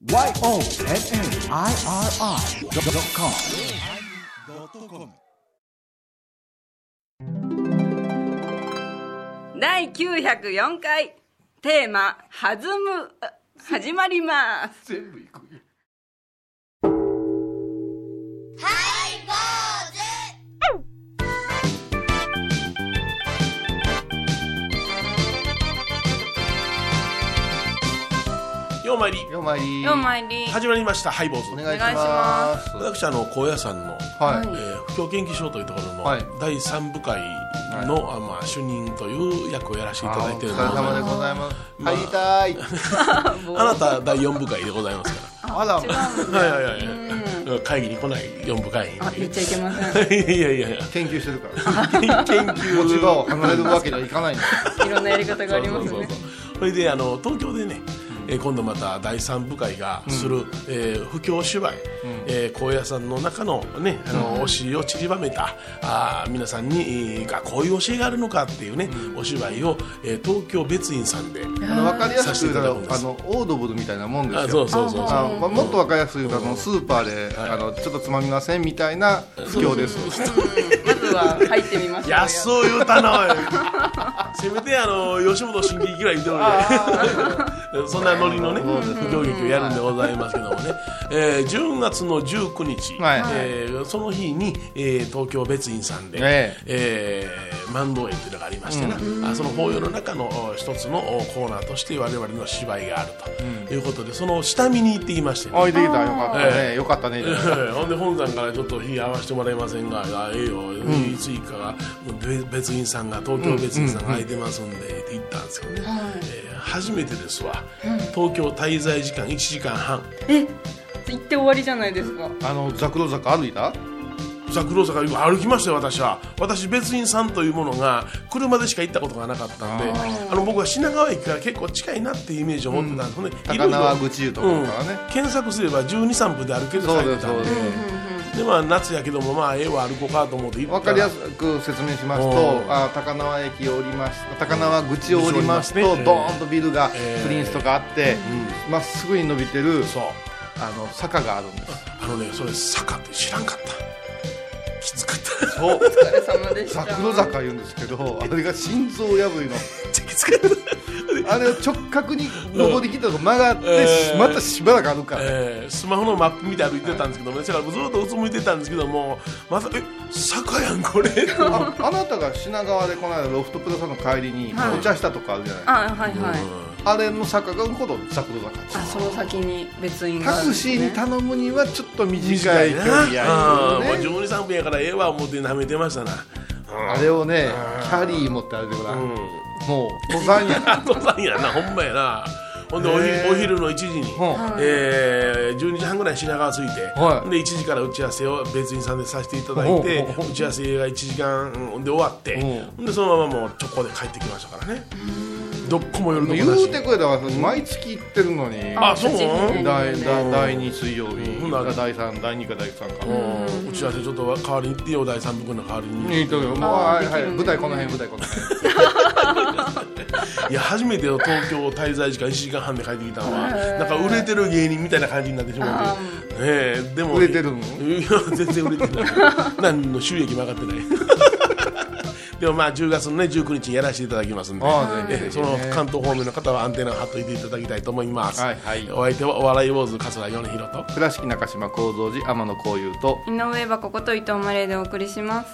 YONNIRI.com 第904回テーマ弾む始まります。 全部いく。ようまいりようまいり始まりましたハイボーズ。 お願いします。 私高野山の、布教研究所というところの、第3部会の、主任という役をやらせていただいているので、 お疲れ様でございます。入りたい。 あなた第4部会でございますから。 あら、 会議に来ない4部会員。 言っちゃいけません。 いや研究してるから研究持ち場を離れるわけにはいかないんだ。 いろんなやり方がありますね。 それで東京でね、今度また第3部会がする、布教芝居、高野山の中のね教えを散りばめた皆さんにこういう教えがあるのかっていうね、お芝居を、東京別院さんで分かりやすく言うとオードブルみたいなもんですよ。 そうもっと分かりやすく言うとスーパーで、ちょっとつまみませんみたいな布教です。 まずは入ってみましょう。 やっそう言うたなせめて吉本新喜劇ぐらい言っておるそんなノリのね布教劇をやるんでございますけどもね、10月の19日、その日に、東京別院さんで、万道園というのがありましてな、その法要の中の一つのコーナーとして我々の芝居があるということで、その下見に行ってきまして、 行ってきた。よかったね、よかったね。 ほんで本山からちょっと日合わせてもらえませんが、いついかが別院さんが東京別院さんが空いてますんでって言ったんですよね。初めてですわ、東京滞在時間1時間半。 行って終わりじゃないですか。 ザクロ坂歩いた？ ザクロ坂歩きましたよ。私別院さんというものが車でしか行ったことがなかったんで、僕は品川駅から結構近いなっていうイメージを持ってたんですね。 高輪口いうところからね、 検索すれば12、3分で歩けるサイトだったんで、夏やけども歩こうかと思って行ったら、 分かりやすく説明しますと、高輪駅を降ります高輪口を降りますと、ドーンとビルがプリンスとかあって、まっすぐに伸びてる坂があるんです。 それ坂って知らんかった。きつかった。 そう、 お疲れ様でした。 ザクロ坂言うんですけど、あれが心臓破りのきつかった。 あれを直角に登りきったとこ曲がって、またしばらく歩くから、 スマホのマップ見て歩いてたんですけども、だからずっとうつむいてたんですけども、また坂やんこれあなたが品川でこの間ロフトプラザの帰りにお茶したとかあるじゃないですか。あれの坂がほどザクロ坂。 その先に別院があタるんですね。 クシーに頼むにはちょっ短い距離やね。 12、3分やから思って舐めてましたな。 あれをね、キャリー持って歩いてごらん。もう登山や登山やな、ほんまやな。ほんでお昼の1時に、12時半ぐらい品川着いて、で1時から打ち合わせを別院さんでさせていただいて、打ち合わせが1時間で終わって、でそのままもう直行で帰ってきましたからね。どっこも夜の言うてくれたら毎月行ってるのに。 そう第2水曜日、第3、第2か第3か。 打ち合わせちょっと代わりに行ってよ、第3部の代わりに。 いいとよ。舞台この辺、舞台この辺。いや、初めての東京滞在時間1時間半で帰ってきたのは、なんか売れてる芸人みたいな感じになってしまって、でも売れてるの？ いや、全然売れてない。何の収益も上がってない。でも10月の19日にやらせていただきますんで、その関東方面の方はアンテナを張っといていただきたいと思います。お相手はお笑い坊主桂米宏と倉敷中島幸三寺天野幸雄と井上箱こと伊藤マレーでお送りします。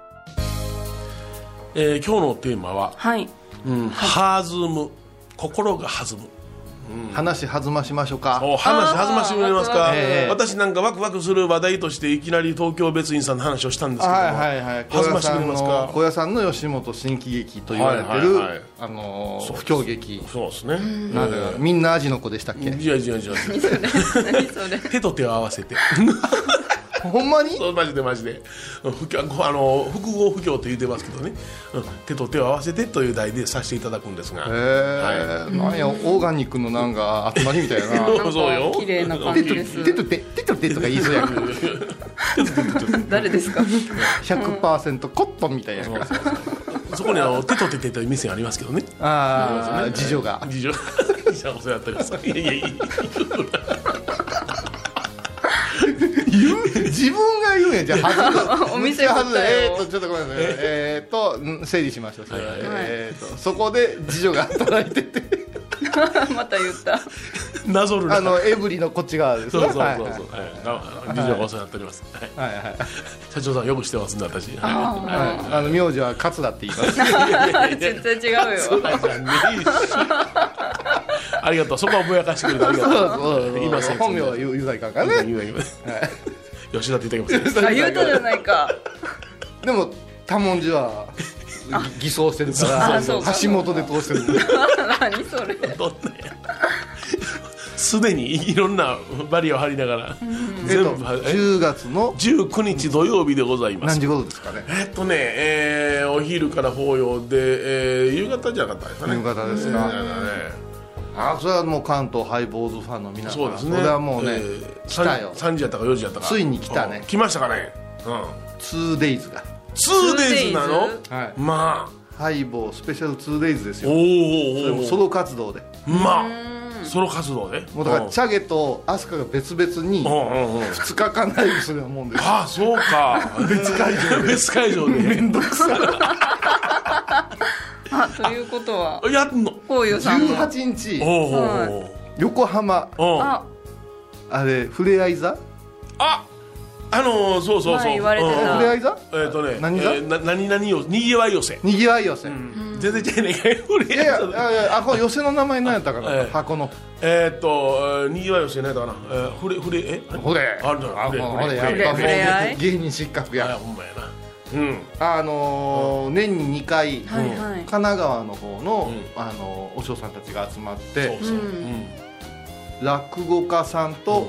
今日のテーマは、弾む、心が弾む。 話弾ましましょうか。 話弾ましてもらえますか。私なんかワクワクする話題としていきなり東京別院さんの話をしたんですけども、弾ましてくれますか。 高野山の吉本新喜劇と言われてる布教劇。 そうですね。 みんな味の子でしたっけ。 違う手と手を合わせてほんまに？ そう、マジで複合布教と言ってますけどね、手と手を合わせてという題でさせていただくんですが、 なんやオーガニックのなんか集まりみたいなそうよ、 綺麗な感じです。 手と手とか言いそうやん誰ですか 100% コットンみたいな。 そこに手と手という店がありますけどね。 次女がちゃんお世話になっております。いやいやいや自分が言うんや。じゃあお店はちょっとごめんなさい。整理しましょう。そこで次女が働いててまた言ったなぞるなエブリのこっち側です。 そう次女がお世話になっております。社長さんよくしてますんで私。 名字は勝田って言います。 絶対違うよ。 ありがとう。そこはぼやかしてくれてありがとう。言いません。 本名は言うたいかんからね。 吉田って言ってきます。 言うたじゃないか。 でも多文字は偽装してるから橋本で通してる。 何それ。 どんなや。すでにいろんなバリを張りながら全部10月の 19日土曜日でございます。 何時頃ですかね。 お昼から法要で、夕方じゃなかったですかね。 夕方ですか。それはもう関東ハイボーズファンの皆さん、 そうですね。 それはもうね、来たよ。 3時やったか4時やったかついに来たね。 来ましたかね。 2days が 2days なの。まあハイボースペシャル 2days ですよ。 それもソロ活動で。 ソロ活動でもうだからチャゲとアスカが別々に2日間ライブするようなもんです。 そうか。別会場でめんどくさということはやんのこういうさんも 18日横浜あれふれあい座そう言われてたふれあい座何々よにぎわい寄せにぎわい寄せ全然違うねんかい。 いやこの寄せの名前何やったかな。箱のにぎわい寄せ何やったかな。ふれ芸人失格や。 ほんまやな。 年に2回神奈川の方のお嬢さんたちが集まって落語家さんと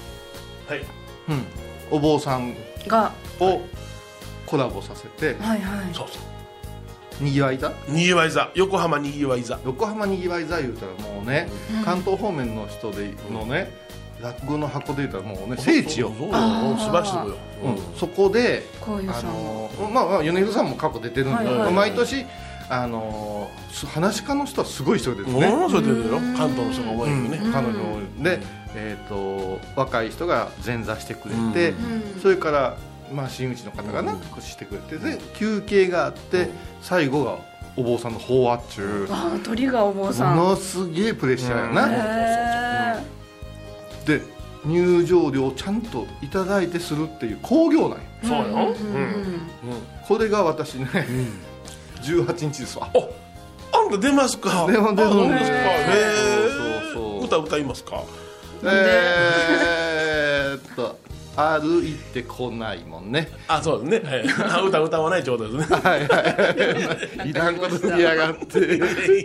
お坊さんをコラボさせてにぎわい座横浜にぎわい座言うたらもうね関東方面の人でのね落語の箱で言ったらもうね聖地よ。 素晴らしいとこよ。 そこで米広さんも過去出てるんで毎年話し家の人はすごい人ですね。 関東の人が多いよね。 彼女で若い人が前座してくれてそれから真打ちの方がしてくれてで休憩があって最後がお坊さんの法話中鳥がお坊さんものすげえプレッシャーやな。で入場料ちゃんといただいてするっていう興行なんよ。 そうよ。 これが私ね18日ですわ。 あんた出ますか。 出るんですか。 歌歌いますか。 歩いてこないもんね。 そうですね。歌わないってことですね。 いらんこと言いやがって。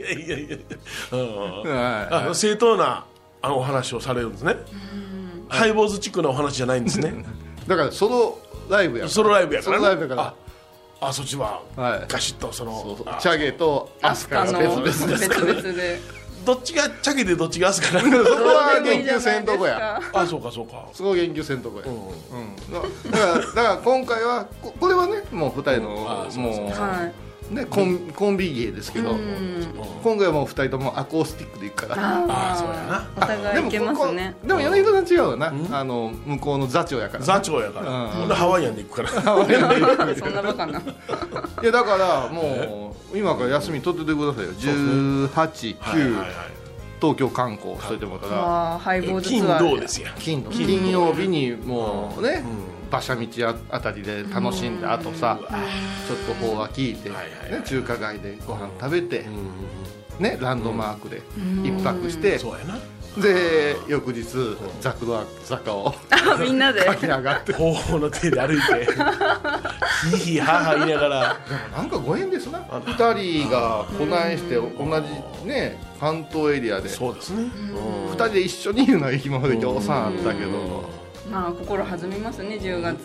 正当なお話をされるんですね。ハイボーズ地区のお話じゃないんですね。 だからソロライブやから。 ソロライブやからそっちはガシッとチャゲとアスカの別々 でどっちがチャゲでどっちがアスカなの。そこは言及せんとこや。 そうかそこ言及せんとこや。だから今回はこれはねもう2人のもうねコンビ芸ですけど今回はもう2人ともアコースティックでいくからそうやな。 お互いいけますね。 でも米広さん違うよな。向こうの座長やからハワイアンで行くからそんなバカな。 いやだからもう今から休み取っててくださいよ。18、9東京観光しといてもらったらハイボーズツアー金土ですや。 金曜日にもうね馬車道あたりで楽しんであとさちょっと法話聞いて中華街でご飯食べてねランドマークで一泊してで翌日ザクロ坂をみんなで駆け上がって方法の手で歩いてヒーヒーハーハー言いながらでもなんかご縁ですな。2人がこないして同じね関東エリアでそうですね 2人で一緒にいるのは今までぎょうさんあったけど心弾みますね10月。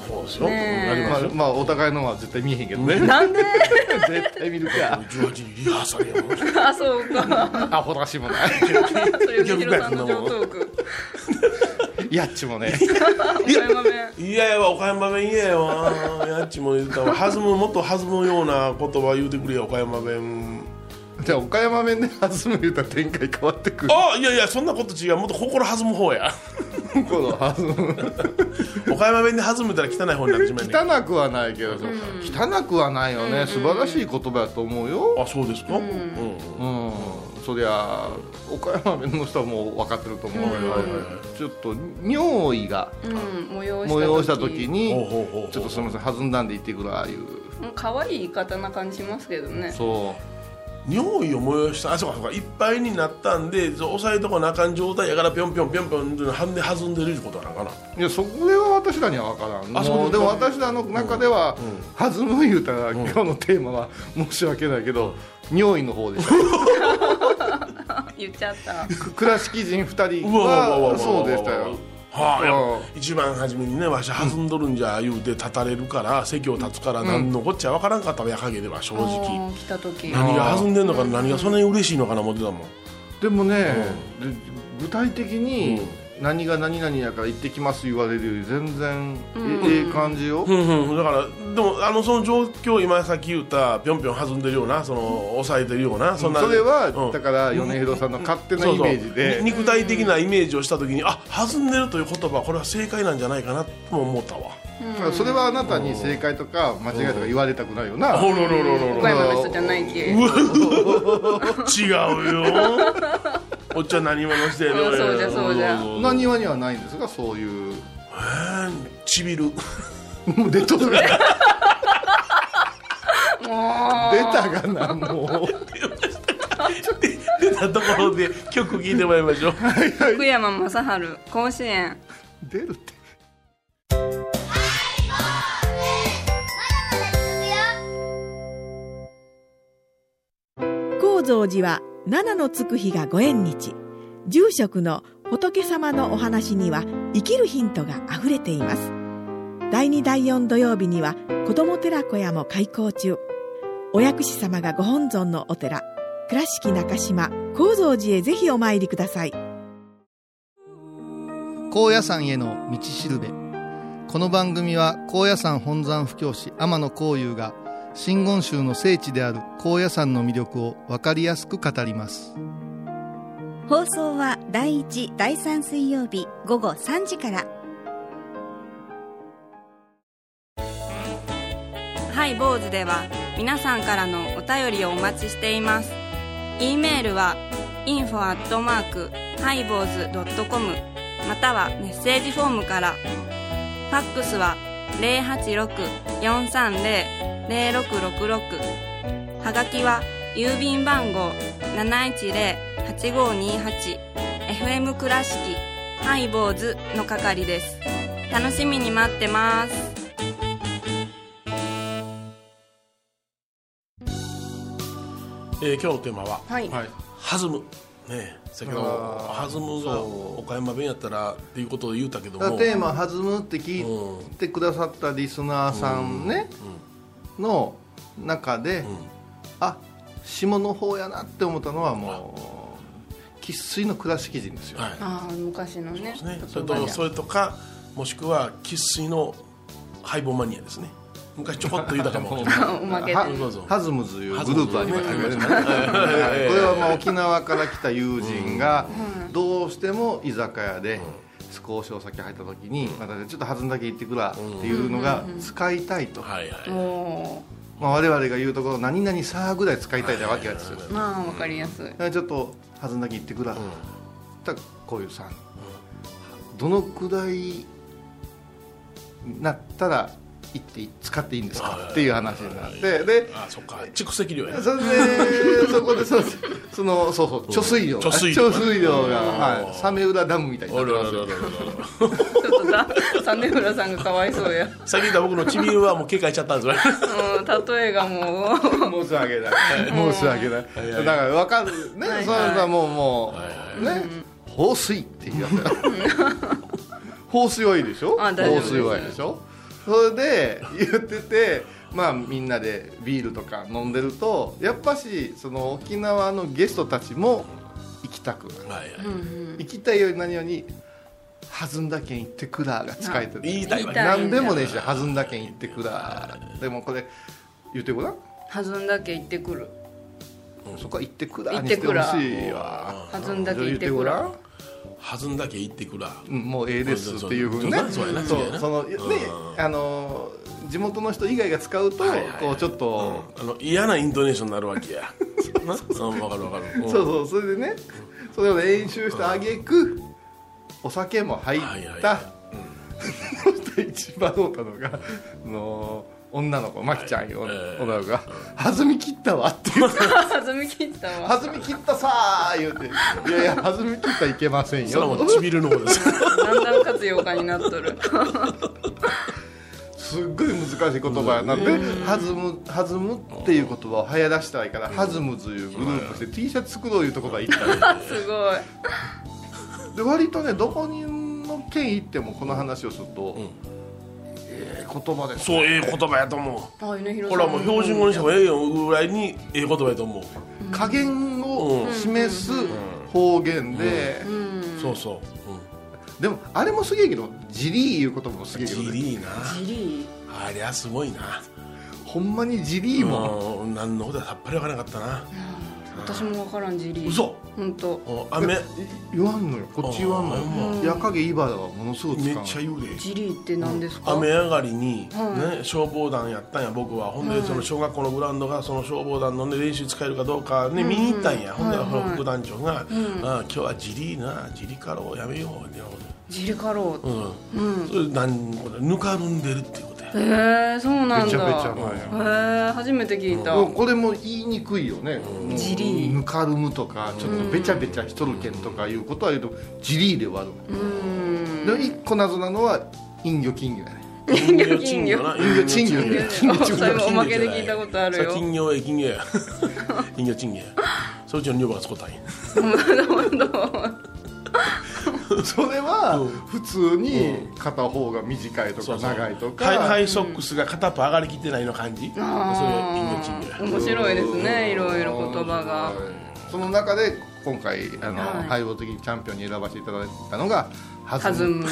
お互いのは絶対見えへんけどね。 なんで絶対見るか。 18日にリハーサルやもん。 そうか。 アホらしもない。 それ米広さんの上トーク。 やっちもね。 岡山弁。 いや岡山弁嫌やわ。やっちも言ったわ。もっと弾むような言葉言うてくれよ岡山弁。 じゃあ岡山弁で弾む言うたら展開変わってくる。 あ、いやいや、そんなこと違う。もっと心弾む方や。 心弾む岡山弁で弾むたら汚い方になってしまうね。 汚くはないけど、汚くはないよね。素晴らしい言葉やと思うよ。 あ、そうですか。 そりゃ岡山弁の人はもう分かってると思うけど、ちょっと尿意が催した時にちょっとすみません弾んだんで言ってくるああいう可愛い言い方な感じしますけどね。 そう尿意を催した、あ、そうかそうか、いっぱいになったんで押さえとこなあかん状態やからぴょんぴょんぴょんぴょんで弾んでるってことなのかな。 いや、それは私らには分からん。でも私らの中では弾む言うたら、今日のテーマは申し訳ないけど尿意の方でした言っちゃった倉敷人2人はそうでしたよ。 はあ、一番初めにね、わし弾んどるんじゃ言うて立たれるから席を立つから何のこっちゃ分からんかったわ、や陰では正直。 来た時何が弾んでんのか何がそんなに嬉しいのかな思ってたもん。 でもね、具体的に何が何々やから行ってきます言われるより全然ええ感じよ。 だからでもその状況、今さっき言ったぴょんぴょん弾んでるような、その抑えてるような、そんなそれは、だから米広さんの勝手なイメージで、 肉体的なイメージをした時に、あ、弾んでるという言葉はこれは正解なんじゃないかなとも思ったわ。 それはあなたに正解とか間違いとか言われたくないよな。 岡山の人じゃないけ。 違うよおっちゃん何者してるの。 そうじゃそうじゃ。 何話にはないんですが、そういうちびるもう出とる出もたがな、もう出たところで曲聴いてもらいましょう。 福山雅治甲子園出るって高蔵寺は七のつく日がご縁日。住職の仏様のお話には生きるヒントがあふれています。第2第4土曜日には子ども寺小屋も開校中。お薬師様がご本尊のお寺、倉敷中島・高蔵寺へぜひお参りください。 高野山への道しるべ。この番組は高野山本山布教師天野幸雄が真言宗の聖地である高野山の魅力を分かりやすく語ります。 放送は第1、第3水曜日午後3時から。 ハイボーズでは皆さんからのお便りをお待ちしています。 E メールは info@highboz.com またはメッセージフォームから。ファックスは 086-430-0666。 はがきは郵便番号 710-8528 FM 倉敷ハイボーズの係です。楽しみに待ってます。 今日のテーマは、 はい弾むね。先ほど弾むが岡山弁やったらっていうことを言うたけども、 テーマ弾むって聞いてくださったリスナーさんね、の中で、あ、下の方やなって思ったのはもう生粋の倉敷人ですよ。 あ、昔のね。 それとかもしくは生粋のハイボーマニアですね。昔ちょこっと言うたかもおまけでハズムズいうグループありましたけど、これはまあ沖縄から来た友人がどうしても居酒屋で少しお酒入った時に、またちょっと弾んだけ言ってくらっていうのが使いたいと、まあ我々が言うところ何々さーぐらい使いたいわけですよ。 まあ分かりやすい。 ちょっと弾んだけ言ってくら、こういうさんどのくらいになったら行って使っていいんですかっていう話になって、で、 あ、そっか、蓄積量や。 それでそこでそう貯水量が、サメ浦ダムみたいになってますよ。 ちょっとサメ浦さんがかわいそうや。 さっき言った僕のちびるはもう警戒しちゃったんですよ。 例えがもう申し訳ない申し訳ない。だから分かるね。それはもうね、放水っていうやつや。放水はいいでしょ。放水はいいでしょ。それで言ってて、まあみんなでビールとか飲んでると、やっぱしその沖縄のゲストたちも行きたくなる、行きたいように何ように弾んだけん行ってくらが使えてる。 言いたいわ。 何でもねえし、弾んだけん行ってくら。でもこれ言ってごらん。 弾んだけ行ってくる。 そこは行ってくらにしてほしいわ。 弾んだけ行ってくら、 弾んだけ行ってくら、 もうええですっていうふうにね、地元の人以外が使うとこうちょっと嫌なイントネーションになるわけや。分かる分かる。 そうそれでね、それを練習したあげくお酒も入った。そして一番どうたのが女の子マキちゃんよ、女の子が弾み切ったわって言って弾み切ったわ、 弾み切ったさー言うて、いやいや弾み切ったらいけませんよ。 それはもうちびるの方です。 だんだん活用家になっとる。 すっごい難しい言葉やなって、弾むっていう言葉を流行らしたいから、弾むというグループして T シャツ作ろういうところが行ったすごい。 で割とね、どこにの県行ってもこの話をすると、言葉です、 そう、言葉やと思う。 これはもう標準語にしてもええよぐらいに言葉やと思う。 加減を示す方言で、 そうそう。でもあれもすげえけど、ジリーいう言葉もすげえけどね。 ジリーな、ありゃすごいな。 ほんまにジリーも何のことはさっぱり分からなかったな。 私も分からん、ジリー。 嘘。 本当。 雨言わんのよ、こっち言わんのよ。矢影茨はものすごく使う。 めっちゃ言うで。 ジリーって何ですか。 雨上がりにね、消防団やったんや僕は。ほんでその小学校のグラウンドがその消防団の練習使えるかどうかね見に行ったんや。ほんで副団長が今日はジリーな、ジリカローやめよう。 ジリカロー。 それぬかるんでるっていうこと。 そうなんだ。 べちゃべちゃ前初めて聞いた。 これも言いにくいよね。 ジリー、 ぬかるむとかちょっとべちゃべちゃしとるけんとかいうことは言うとジリーで終わる。で一個謎なのは陰魚金魚だね。 陰魚金魚。 陰魚金魚。 それもおまけで聞いたことあるよ。 金魚や金魚や。陰魚金魚や。それうちの女房が作ったんや。 それは普通に片方が短いとか長いとか、 ハイソックスが片っぽ上がりきってないの感じ。それ面白いですね、いろいろ言葉が。 その中で今回ハイボー的にチャンピオンに選ばせていただいたのが弾む。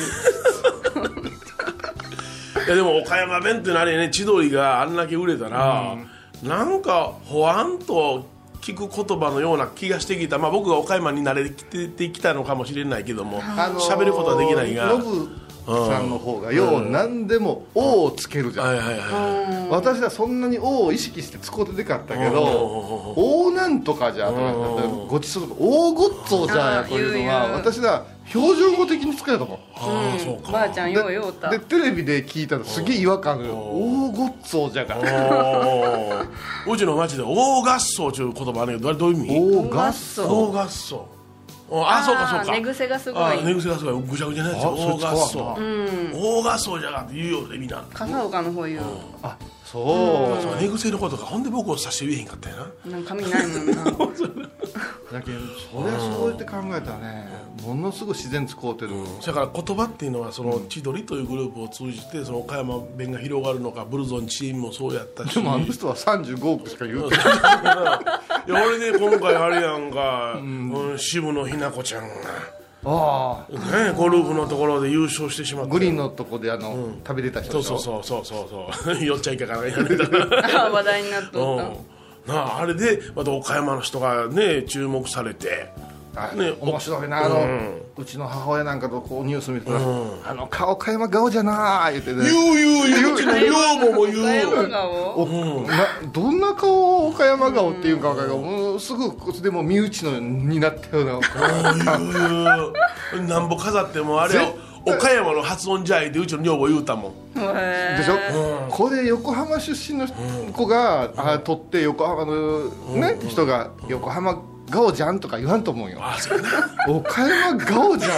いやでも岡山弁ってのあれね、千鳥があんだけ売れたら、なんかほわんと聞く言葉のような気がしてきた。僕が岡山に慣れてきたのかもしれないけども、喋ることはできないが、 ノブさんの方がよう何でも「お」をつけるじゃん。私はそんなに「お」を意識して使うてでかったけど「お」なんとかじゃとかごちそうとか「おごっつおじゃ」というのは私は標準語的に使えたもん。 ばあちゃんようようたでテレビで聞いたらすげえ違和感が「おごっつおじゃ」がうちの町で「大合奏」という言葉あるけど、どういう意味？ 大合奏。 大合奏。そうかそうか。 寝癖がすごい。 寝癖がすごい。ぐちゃぐちゃなやつ。大合奏。大合奏じゃがって言うよねみんな。 笠岡の方言う。 そう寝癖のことか。ほんで僕をさして言えへんかったよな。 なんか髪ないもんな。 だけどそれはそうやって考えたらね、ものすごい自然使うてる。 だから言葉っていうのはその千鳥というグループを通じてその岡山弁が広がるのか、ブルゾンチームもそうやったし。 でもあの人は35億しか言うてない。 いや俺ね今回あれやんか、渋野日向子ちゃんが。ゴルフのところで優勝してしまった。 グリーンのとこで食べれた人でしょ。 そう寄っちゃいかからやめたから話題になっとったあれでまた岡山の人がね注目されて面白いな。うちの母親なんかとこうニュース見てたら岡山顔じゃなー言ってね。 言ううちの女房も言う。 岡山顔。 どんな顔を岡山顔っていうかもうすぐでも身内のになったような。 なんぼ飾ってもあれを岡山の発音じゃいでうちの女房言うたもん。 でしょ。これ横浜出身の子が取って横浜のね人が横浜顔じゃんとか言わんと思うよ。岡山顔じゃん。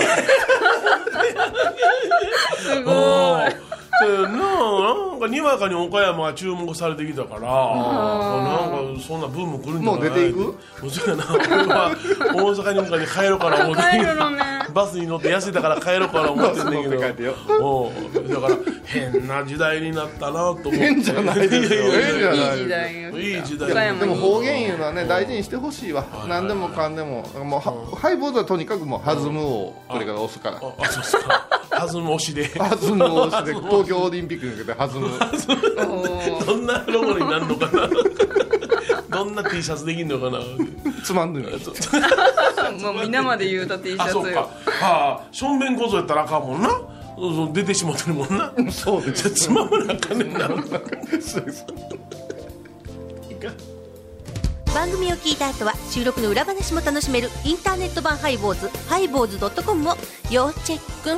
すごい。 なんかにわかに岡山が注目されてきたから、なんかそんなブーム来るんじゃない？ もう出ていく？ そうやな。俺は大阪に向かって帰ろうから思ってバスに乗って痩せたから帰ろうから思ってんだけど、だから変な時代になったなと思って。 変じゃないですよ。変じゃない。 いい時代よ。 いい時代。 でも方言いうのはね大事にしてほしいわ。何でもかんでももうハイボードはとにかくもう弾むをこれから押すから。 そうですか。弾む押しで。 弾む押しで東京オリンピックに向けて弾む。 どんなロゴになるのかな。どどんな T シャツできんのかなつまんぬいもう皆まで言うた T シャツよ。 そうか、しょんべん小僧やったらあかんもんな。出てしまってるもんな。 そうです。 じゃあつまむなあかんねんな。 番組を聞いた後は収録の裏話も楽しめるインターネット版ハイボーズ、ハイボーズ.com を要チェック。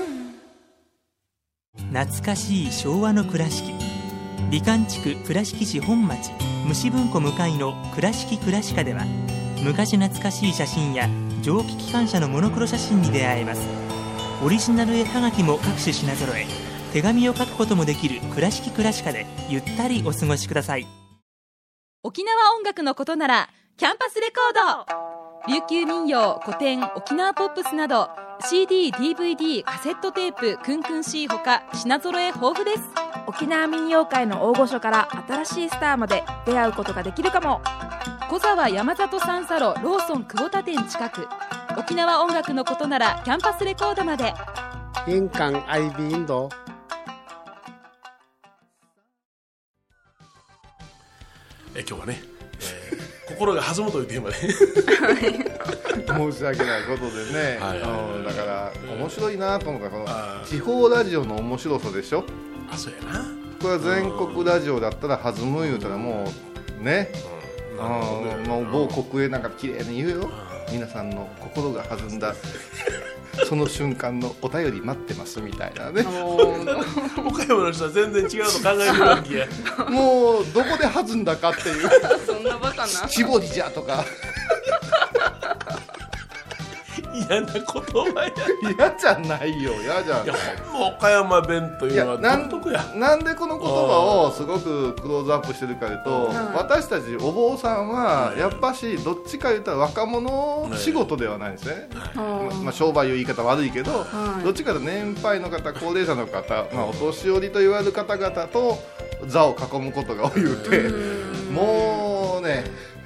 懐かしい昭和の倉敷、美観地区倉敷市本町虫文庫向かいの倉敷倉歯科では、昔懐かしい写真や蒸気機関車のモノクロ写真に出会えます。オリジナル絵はがきも各種品揃え、手紙を書くこともできる倉敷倉歯科でゆったりお過ごしください。 沖縄音楽のことならキャンパスレコード、琉球民謡、古典、沖縄ポップスなど CD、DVD、カセットテープ、クンクン C ほか品揃え豊富です。 沖縄民謡界の大御所から新しいスターまで出会うことができるかも。小沢山里三佐路ローソン久保田店近く。沖縄音楽のことならキャンパスレコードまで。 印鑑 IB インド。 今日はね、心が弾むというテーマで申し訳ないことでね、だから面白いなと思ったこの地方ラジオの面白さでしょ。 そうやな。 これは全国ラジオだったら弾む言うたらもうね、もう某国営なんか綺麗に言うよ。皆さんの心が弾んだその瞬間のお便り待ってますみたいなね。 岡山の人は全然違うと考えてるわけや。 もうどこで弾んだかっていうそんなバカな絞りじゃとか嫌な言葉や。 嫌じゃないよ、嫌じゃない。いや岡山弁というのは独特や。 なんでこの言葉をすごくクローズアップしてるかというと、私たちお坊さんはやっぱしどっちか言ったら若者仕事ではないんですね。商売いう言い方悪いけど、どっちかというと年配の方、高齢者の方、お年寄りと言われる方々と座を囲むことが多いいうて、もうね、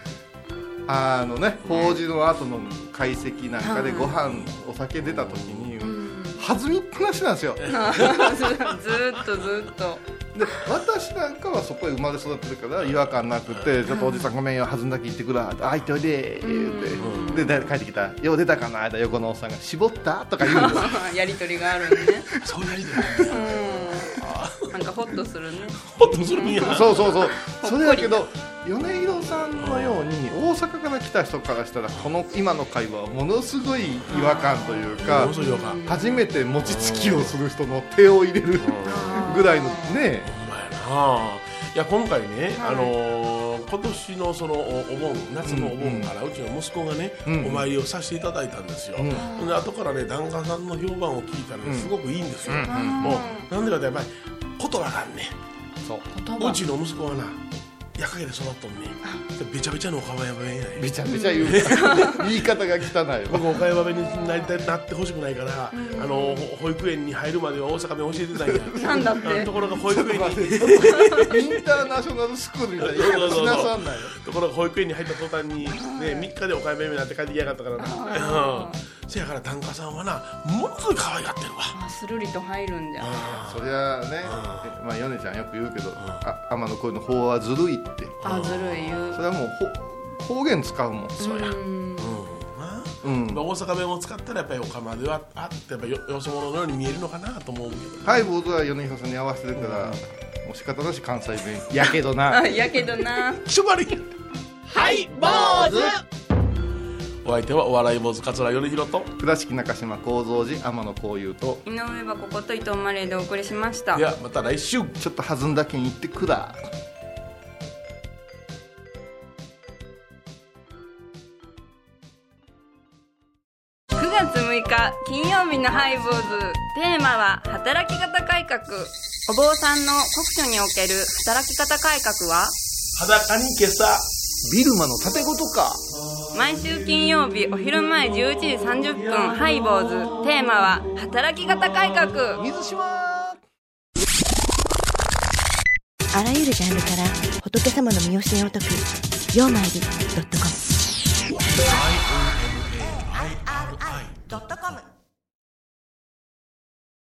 法事の後の会席なんかでご飯、お酒出た時に弾みっぱなしなんですよ。ずっとで、私なんかはそこへ生まれ育ってるから違和感なくて、ちょっとおじさんごめんよ、弾んだけ言ってくら、あいておいでってで帰ってきた、よう出たかな、横のおっさんが絞ったとか言うんですやりとりがあるんね。 そうやりとりなんかホッとするね。 ホッとするんや。 そうそれだけど米広さんのように大阪から来た人からしたらこの今の会話はものすごい違和感というか、初めて餅つきをする人の手を入れるぐらいのね。 いや今回ね、今年のそのお盆、夏のお盆からうちの息子がね、お参りをさせていただいたんですよ。で後からね、檀家さんの評判を聞いたらすごくいいんですよ。なんでかってやっぱり言葉がね、うちの息子はな、夜陰で育っとんね。べちゃべちゃの岡山弁やね。 べちゃべちゃ言う言い方が汚い。 僕岡山弁になってほしくないから、保育園に入るまでは大阪弁教えてたんや。 なんだって。 ところが保育園にインターナショナルスクールみたいな言い方しなさんないよ。 ところが保育園に入った途端にね、3日で岡山弁になって帰ってきやがったからな。せやから檀家さんはな、ものすごい可愛がってるわ。 スルリと入るんじゃん。 そりゃね、米ちゃんよく言うけど、天の声の方はずるいって。 ずるい言う。 それはもう方言使うもん。 そうや。大阪弁を使ったらやっぱり岡山ではあってやっぱよそ者のように見えるのかなと思うけど。 はい、僕は米広さんに合わせてるから、もう仕方なし関西弁。やけどな。 やけどな。 気色悪い。はい坊主。お相手はお笑い坊主桂米広と倉敷中島幸三寺天野幸雄と井上はここと伊藤マレーでお送りしました。 ではまた来週。 ちょっと弾んだけん言ってくら。 9月6日金曜日のハイボーズ、テーマは働き方改革。お坊さんの国書における働き方改革は裸に今朝ビルマの盾事か。 毎週金曜日お昼前11時30分ハイボーズ、テーマは働き方改革。 水島。 あらゆるジャンルから仏様の身教えを説く曜マイル.com。